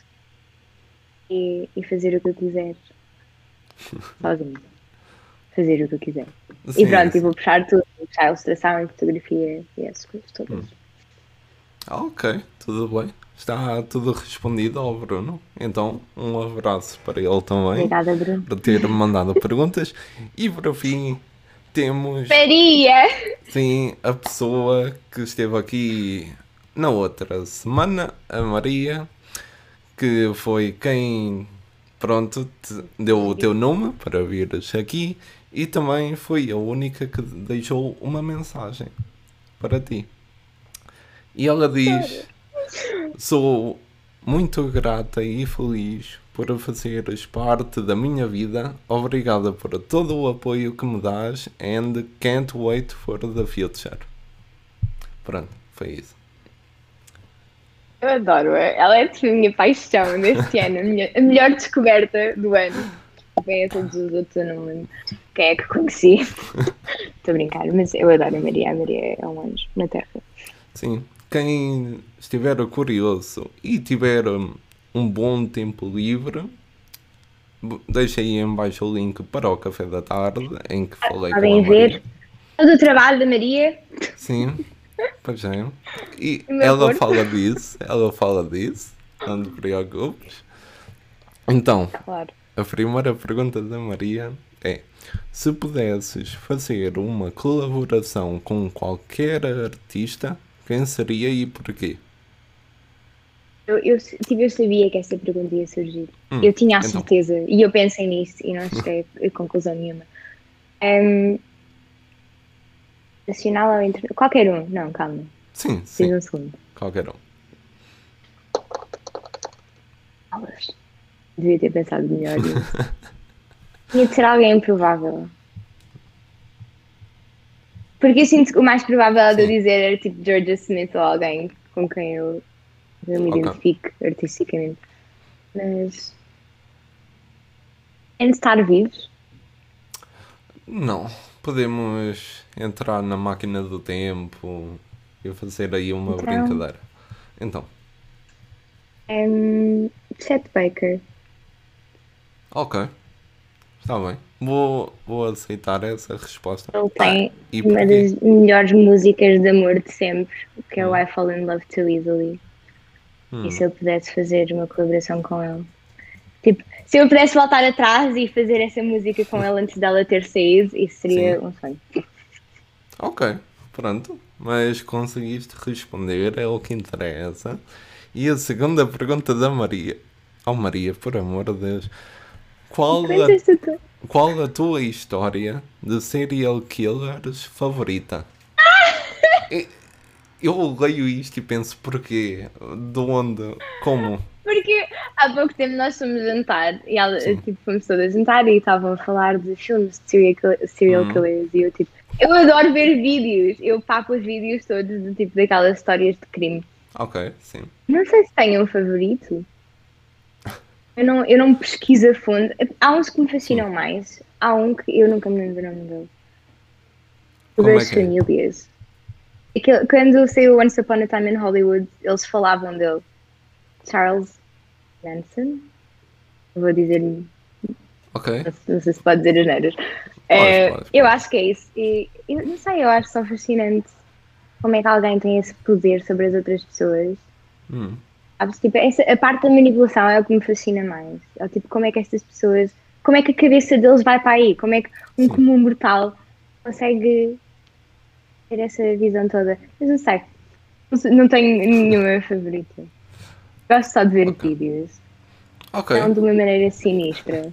e, e fazer o que eu quiser. Sozinho. Fazer o que eu quiser. Sim, e pronto, sim. e vou puxar tudo. Vou puxar a ilustração e fotografia e essas coisas todas. Ah, ok, tudo bem. Está tudo respondido ao Bruno. Então, um abraço para ele também, Obrigada, Bruno. por ter mandado perguntas. E por fim, temos, Maria! sim, a pessoa que esteve aqui na outra semana, a Maria, que foi quem, pronto, te deu o teu nome para vires aqui e também foi a única que deixou uma mensagem para ti. E ela diz: sou muito grata e feliz por fazeres parte da minha vida. Obrigada por todo o apoio que me dás and can't wait for the future. Pronto, foi isso. Eu adoro-a. Ela é a minha paixão deste ano. A, minha, a melhor descoberta do ano. Bem, a todos os outros eu não lembro quem é que conheci. Estou a brincar, mas eu adoro a Maria. A Maria é um anjo na Terra. Sim, quem estiver curioso e tiver um, um bom tempo livre, b- deixa aí em baixo o link para o café da tarde em que falei com a Podem Maria. ver todo o trabalho da Maria. Sim, pois é. E O meu ela corpo. fala disso, ela fala disso, não te preocupes. Então, Claro. a primeira pergunta da Maria é: se pudesses fazer uma colaboração com qualquer artista, quem seria e porquê? Eu, eu, tipo, eu sabia que essa pergunta ia surgir. Hum, eu tinha a então. certeza. E eu pensei nisso e não cheguei a conclusão nenhuma. Um, nacional ou internacional? Qualquer um. Não, calma. Sim, Fiz sim, um segundo. qualquer um. Aulas. Devia ter pensado melhor nisso. Tinha de ser alguém improvável. Porque eu sinto que o mais provável de eu Sim. dizer era tipo Georgia Smith ou alguém com quem eu, eu me Ok. identifique artisticamente. Mas. Tem de estar vivos. Não, podemos entrar na máquina do tempo e fazer aí uma Então. brincadeira. Então, Um, Chet Baker. ok, está bem. Vou, vou aceitar essa resposta. Ele Ah, tem e uma porquê? das melhores músicas de amor de sempre, que é o I Fall in Love Too Easily. E se eu pudesse fazer uma colaboração com ele? Tipo, se eu pudesse voltar atrás e fazer essa música com ele antes dela ter saído, isso seria Sim. um sonho. Ok, pronto. Mas conseguiste responder, é o que interessa. E a segunda pergunta da Maria. Oh Maria, por amor de Deus. Qual a, Contas tu. qual a tua história de serial killers favorita? E- Eu leio isto e penso porquê? De onde? Como? Porque há pouco tempo nós fomos jantar e ela, Sim. tipo, fomos todas jantar e estavam a falar de filmes de serial, kill- serial Hum. killers e eu tipo, eu adoro ver vídeos, eu papo os vídeos todos de tipo daquelas histórias de crime. Ok, sim. Não sei se tenho um favorito. Eu não, eu não pesquiso a fundo. Há uns que me fascinam mais. Há um que eu nunca me lembro o nome dele. O Como é das que é? famílias. Aquele, quando saiu Once Upon a Time in Hollywood, eles falavam dele. Charles Manson. Vou dizer, não Ok. sei, não sei se pode dizer as neiras. Podes, Eh, podes, eu podes. acho que é isso. E, eu não sei, eu acho só fascinante como é que alguém tem esse poder sobre as outras pessoas. Hum. Sabes? Tipo, essa, a parte da manipulação é o que me fascina mais. É, tipo, como é que estas pessoas, como é que a cabeça deles vai para aí? Como é que um Sim. comum mortal consegue ter essa visão toda? Mas não sei, não, sei- não tenho nenhuma favorita. Gosto só de ver Ok. vídeos, Ok. não de uma maneira sinistra.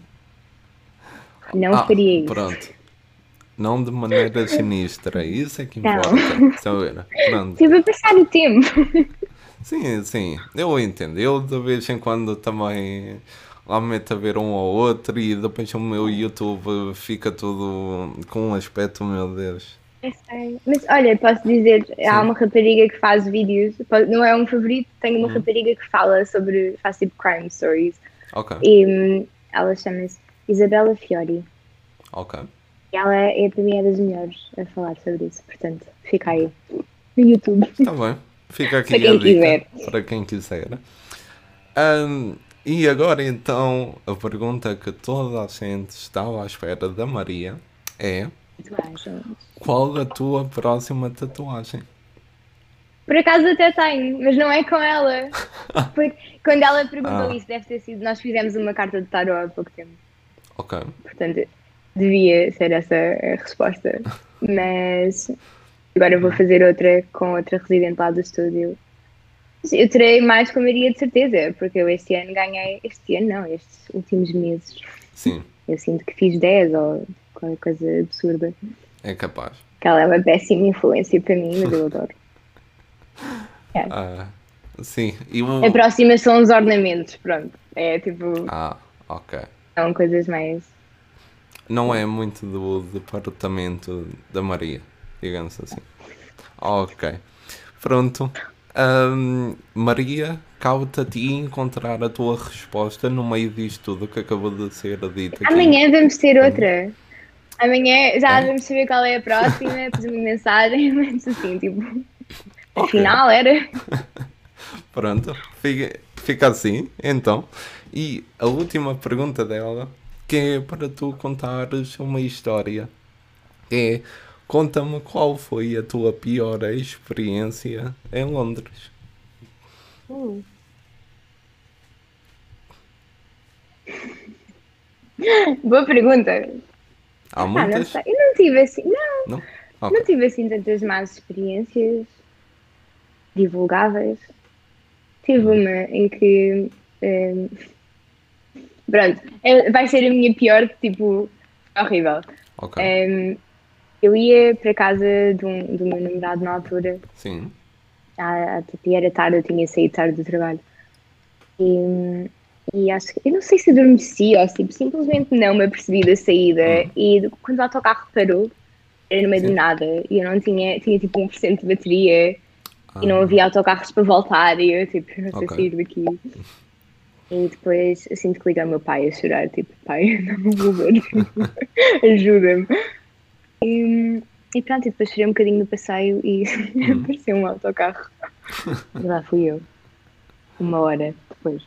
Não Ah, faria isso. pronto. Não de maneira sinistra. Isso é que Não. importa. Saber. Pronto. Sempre a passar o tempo. Sim, sim. Eu entendo. Eu de vez em quando também lá me meto a ver um ou outro e depois o meu YouTube fica tudo com um aspecto, meu Deus. Eu sei. Mas olha, posso dizer, há Sim. uma rapariga que faz vídeos, pode- não é um favorito, tenho uma rapariga que fala sobre, faz tipo crime stories. Ok. E hum, ela chama-se Isabela Fiori. Ok. E ela é, para mim, é das melhores a falar sobre isso, portanto, fica aí no YouTube, Está bem. Fica para aqui a quem dica quiser. para quem quiser. Ahm, e agora então a pergunta que toda a gente estava à espera da Maria é: Tatuagens. qual a tua próxima tatuagem? Por acaso até tenho, mas não é com ela. Porque quando ela perguntou Ah, isso, deve ter sido. Nós fizemos uma carta de tarot há pouco tempo, ok. portanto, devia ser essa a resposta. Mas agora vou fazer outra com outra residente lá do estúdio. Eu terei mais com a Maria de certeza, porque eu este ano ganhei. Este ano não, estes últimos meses. Sim, Eu sinto que fiz dez ou qualquer coisa absurda. é capaz. Que ela é uma péssima influência para mim, mas eu adoro. É. Ah, sim, e A o. próxima são os ornamentos, pronto. É tipo, Ah, ok. são coisas mais. Não é muito do departamento da Maria, digamos assim. Ok. Pronto. Ahm, Maria, cabe-te a ti encontrar a tua resposta no meio disto tudo que acabou de ser dito aqui. Amanhã vamos ter Portanto, outra. Amanhã já é? vamos saber qual é a próxima, depois uma mensagem, mas assim, tipo, Ok. afinal era. Pronto. Fica, fica assim, então. E a última pergunta dela, que é para tu contares uma história, é: conta-me qual foi a tua pior experiência em Londres. Hum. Boa pergunta. Há Ah, não muitas? sei. Eu não tive assim, não, Não? Ok. não tive assim tantas más experiências divulgáveis. Tive Uhum. uma em que, eh, pronto, é- vai ser a minha pior, tipo, horrível. Ok. Em, eu ia para casa de um, do meu namorado na altura, Sim. à, à, tipo, era tarde, eu tinha saído tarde do trabalho. E, e acho que, eu não sei se adormeci ou se tipo, simplesmente não me apercebi da saída. Uhum. E quando o autocarro parou, era no meio do Sim. nada e eu não tinha, tinha tipo um por cento de bateria e não Ah, havia autocarros para voltar. E eu, tipo, não sei ok. sair daqui. E depois eu sinto que ligar o meu pai a chorar, tipo, pai, não vou ver, ajuda-me. E, e pronto, e depois chorei um bocadinho no passeio e Uhum. apareceu um autocarro. E lá fui eu, uma hora depois.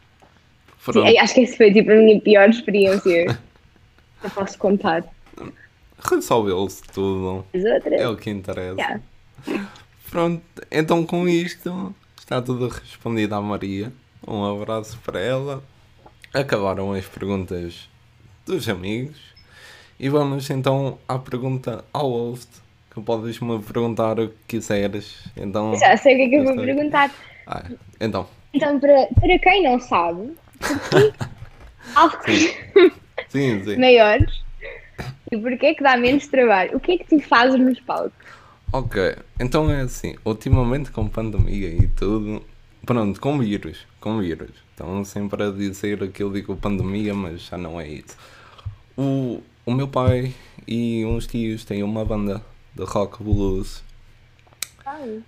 Sim, Pronto. acho que essa foi tipo a minha pior experiência. Eu posso contar Resolveu-se tudo. as É outras. o que interessa. Yeah. Pronto. Então com isto está tudo respondido à Maria. Um abraço para ela. Acabaram as perguntas dos amigos. E vamos então à pergunta ao host. Que podes me perguntar o que quiseres. Então, Já sei o que é que eu eu vou estou aqui. perguntar. Ah, então, Então, para, para quem não sabe, porquê sim. álcool Sim, sim. maiores e porquê que dá menos trabalho? O que é que tu fazes nos palcos? Ok, então é assim, ultimamente com pandemia e tudo, pronto, com vírus, com vírus. Estão sempre a dizer que eu digo pandemia, mas já não é isso. O, o meu pai e uns tios têm uma banda de rock blues Ai,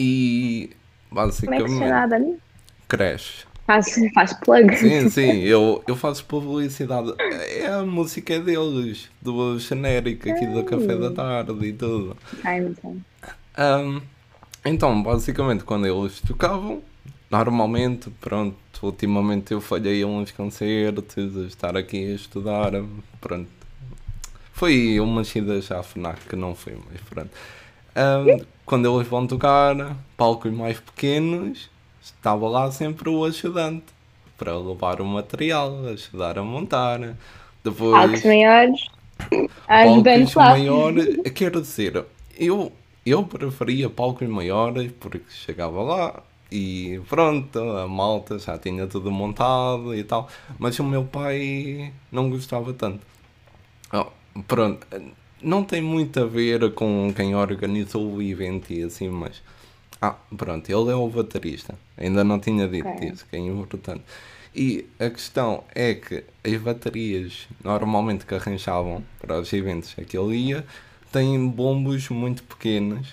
e como é que se chama basicamente a banda? crash. Faz, faz plug. Sim, sim, eu, eu faço publicidade. É a música deles, do genérico aqui do Café da Ai, Tarde e tudo. ai, então. Ahm, então, basicamente, quando eles tocavam, normalmente, pronto, ultimamente eu falhei a uns concertos, a estar aqui a estudar, pronto. Foi umas idas à FNAC que não foi, mas pronto. Ahm, quando eles vão tocar, palcos mais pequenos, estava lá sempre o ajudante para levar o material, ajudar a montar. Palcos Depois, maiores, ajudante palcos lá. maiores, quero dizer, eu, eu preferia palcos maiores porque chegava lá e pronto, a malta já tinha tudo montado e tal, mas o meu pai não gostava tanto. Oh, pronto, não tem muito a ver com quem organizou o evento e assim, mas. Ah, pronto, ele é o baterista. Ainda não tinha dito Ok. isso, que é importante. E a questão é que as baterias normalmente que arranjavam para os eventos a que ele ia têm bombos muito pequenos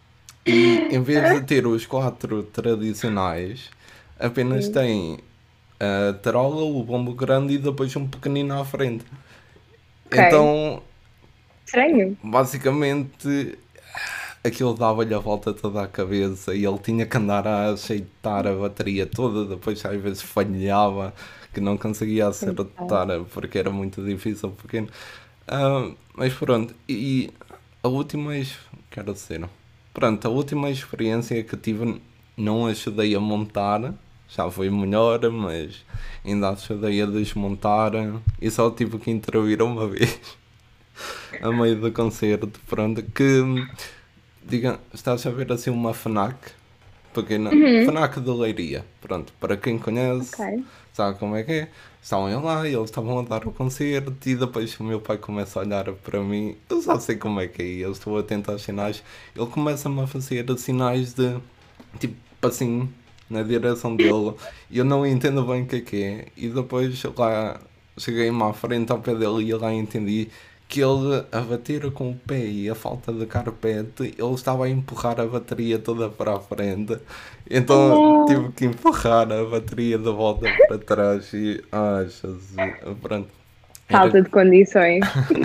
e em vez de ter os quatro tradicionais, apenas Sim. tem a tarola, o bombo grande e depois um pequenino à frente. Ok. Então estranho. Basicamente, aquilo dava-lhe a volta toda a cabeça e ele tinha que andar a ajeitar a bateria toda, depois às vezes falhava, que não conseguia acertar porque era muito difícil, pequeno. Ah, mas pronto, e a última, ex- quero dizer, pronto, a última experiência que tive não ajudei a montar, já foi melhor, mas ainda ajudei a desmontar e só tive que intervir uma vez a meio do concerto, pronto, que diga, estás a ver assim uma FNAC, pequena, Uhum, FNAC de Leiria, pronto, para quem conhece, ok. sabe como é que é? Estavam lá e eles estavam a dar o concerto e depois o meu pai começa a olhar para mim, eu já sei como é que é, eu estou atento aos sinais, ele começa-me a fazer sinais de tipo assim na direção dele e eu não entendo bem o que é que é e depois lá cheguei-me à frente ao pé dele e lá entendi que ele a bater com o pé e a falta de carpete ele estava a empurrar a bateria toda para a frente, então Oh, tive que empurrar a bateria de volta para trás e ah, Jesus, pronto, era, falta de condições.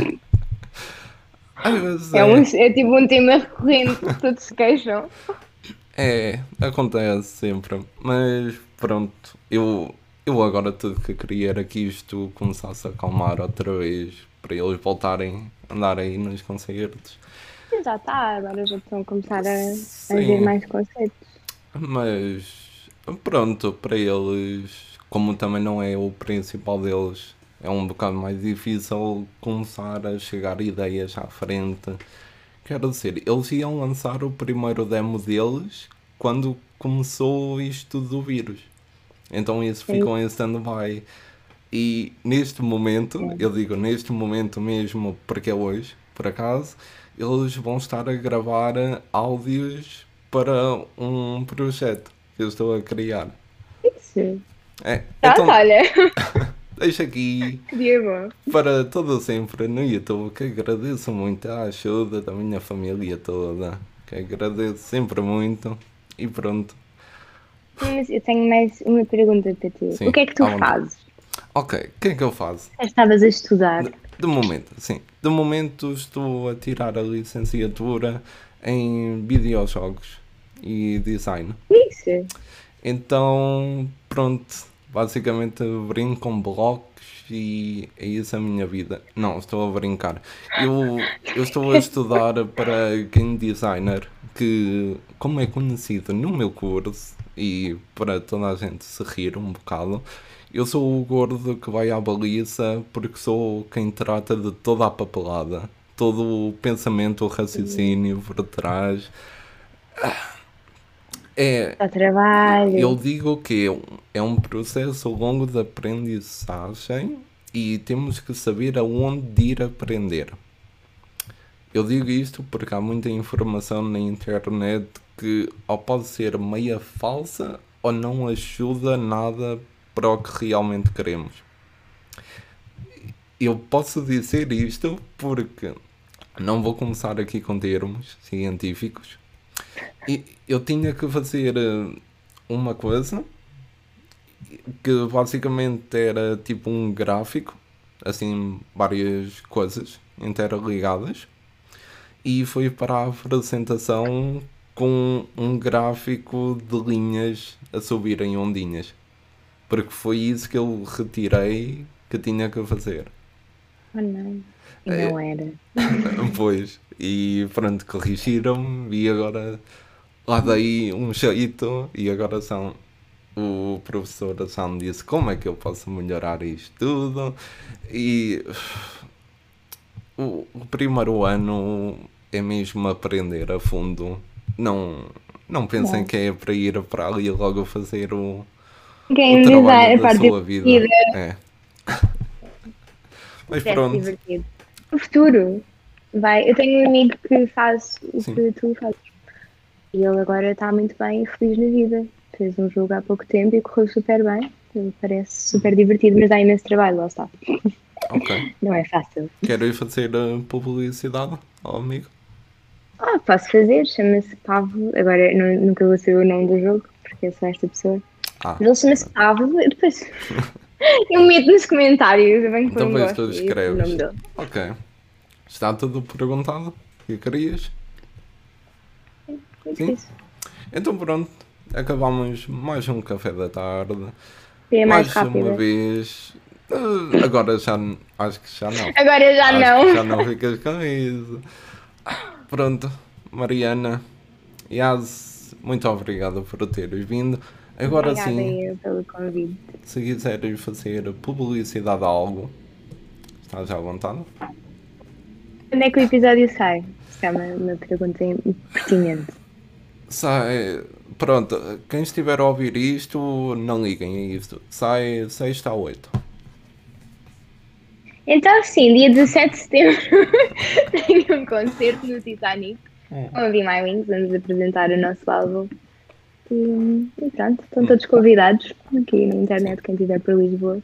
às vezes É, um, é. é tipo um tema recorrente que todos se queixam. É, acontece sempre. Mas pronto, eu, eu agora tudo que queria era que isto começasse a acalmar outra vez para eles voltarem a andar aí nos concertos. Já está, agora já estão a começar a, a ver Sim, mais conceitos. mas pronto, para eles, como também não é o principal deles, é um bocado mais difícil começar a chegar ideias à frente. Quero dizer, eles iam lançar o primeiro demo deles quando começou isto do vírus. Então isso Sim, ficou em stand-by. E neste momento, sim. eu digo neste momento mesmo, porque é hoje, por acaso, eles vão estar a gravar áudios para um projeto que eu estou a criar. Isso. É, Pronto, então olha, deixo aqui que dia bom. para todo sempre no YouTube que agradeço muito a ajuda da minha família toda, que agradeço sempre muito e pronto, Mas eu tenho mais uma pergunta para ti. O sim, que é que tu à vontade. fazes? Ok, o que é que eu faço? Já estavas a estudar? De, de momento, sim, de momento estou a tirar a licenciatura em videojogos e design. Isso. Então, pronto, basicamente brinco com blocos e é isso a minha vida. Não, estou a brincar. Eu, eu estou a estudar para game designer, que, como é conhecido no meu curso, e para toda a gente se rir um bocado, eu sou o gordo que vai à baliza porque sou quem trata de toda a papelada, todo o pensamento, o raciocínio por trás. É, Ao eu trabalho. digo que é um é um processo longo de aprendizagem e temos que saber aonde ir aprender. Eu digo isto porque há muita informação na internet que ou pode ser meia falsa ou não ajuda nada para o que realmente queremos. Eu posso dizer isto porque não vou começar aqui com termos científicos. E eu tinha que fazer eh, uma coisa que basicamente era tipo um gráfico, assim, várias coisas interligadas, e fui para a apresentação com um gráfico de linhas a subirem ondinhas, porque foi isso que eu retirei que tinha que fazer. Oh não. E É, não era. pois, e pronto, corrigiram-me e agora lá daí um jeito e agora são o professor já me disse como é que eu posso melhorar isto tudo e o, o primeiro ano é mesmo aprender a fundo. Não, não pensem Bom. que é para ir para ali logo fazer o, o Game trabalho design, a da parte sua vida. divertida. É. Mas Parece pronto, divertido. O futuro. Vai. Eu tenho um amigo que faz o sim, que tu fazes. E ele agora está muito bem e feliz na vida. Fez um jogo há pouco tempo e correu super bem. Ele parece super divertido, mas dá imenso trabalho, lá está. ok. Não é fácil. Quero ir fazer a publicidade ao amigo. Ah, posso fazer, chama-se Pablo. Agora nu- nunca vou saber o nome do jogo, porque eu sou esta pessoa. Ah, Mas ele chama-se Pablo. E depois eu meto nos comentários, eu venho pôr então um depois tu gosto e esse é o nome escreves. dele. Ok. Está tudo perguntado? O que querias? Muito Sim. isso. Então pronto, acabamos mais um café da tarde. É mais Mais rápido. uma vez. Uh, agora já n- acho que já não. Agora já acho não. que já não ficas com isso. Pronto, Mariana, Yas, muito obrigado por teres vindo. Agora Obrigada sim, eu pelo convite. se quiseres fazer publicidade a algo, estás à vontade. Quando é que o episódio sai? Isto é uma, uma pergunta pertinente. Sai, pronto, quem estiver a ouvir isto, não liguem a isto. Sai sexta a oito. Então, sim, dia dezassete de setembro tenho um concerto no Titanic com a Be My Wings. Vamos apresentar o nosso álbum. E, e pronto, estão todos convidados aqui na internet, quem estiver por Lisboa.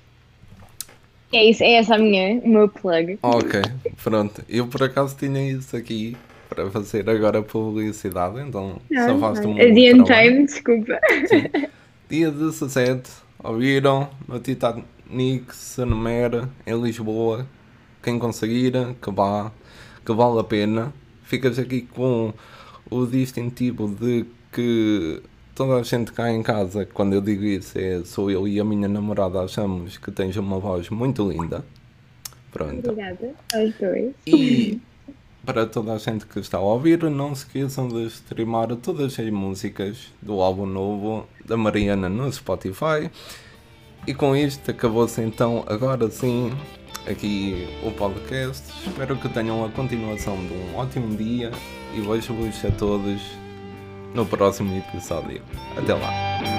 É isso, é essa a minha, o meu plug. Ok, pronto. Eu por acaso tinha isso aqui para fazer agora publicidade, então só faço um trabalho. Adiantei-me, desculpa. Sim. Dia dezassete, ouviram no Titanic, Senemera, em Lisboa. Quem conseguir, que vá, que vale a pena. Ficas aqui com o distintivo de que toda a gente cá em casa, quando eu digo isso, é, sou eu e a minha namorada, achamos que tens uma voz muito linda. Pronto. Obrigada aos dois. E para toda a gente que está a ouvir, não se esqueçam de streamar todas as músicas do álbum novo da Mariana no Spotify. E com isto acabou-se então, agora sim, aqui o podcast. Espero que tenham a continuação de um ótimo dia e vejo-vos a todos no próximo episódio. Até lá!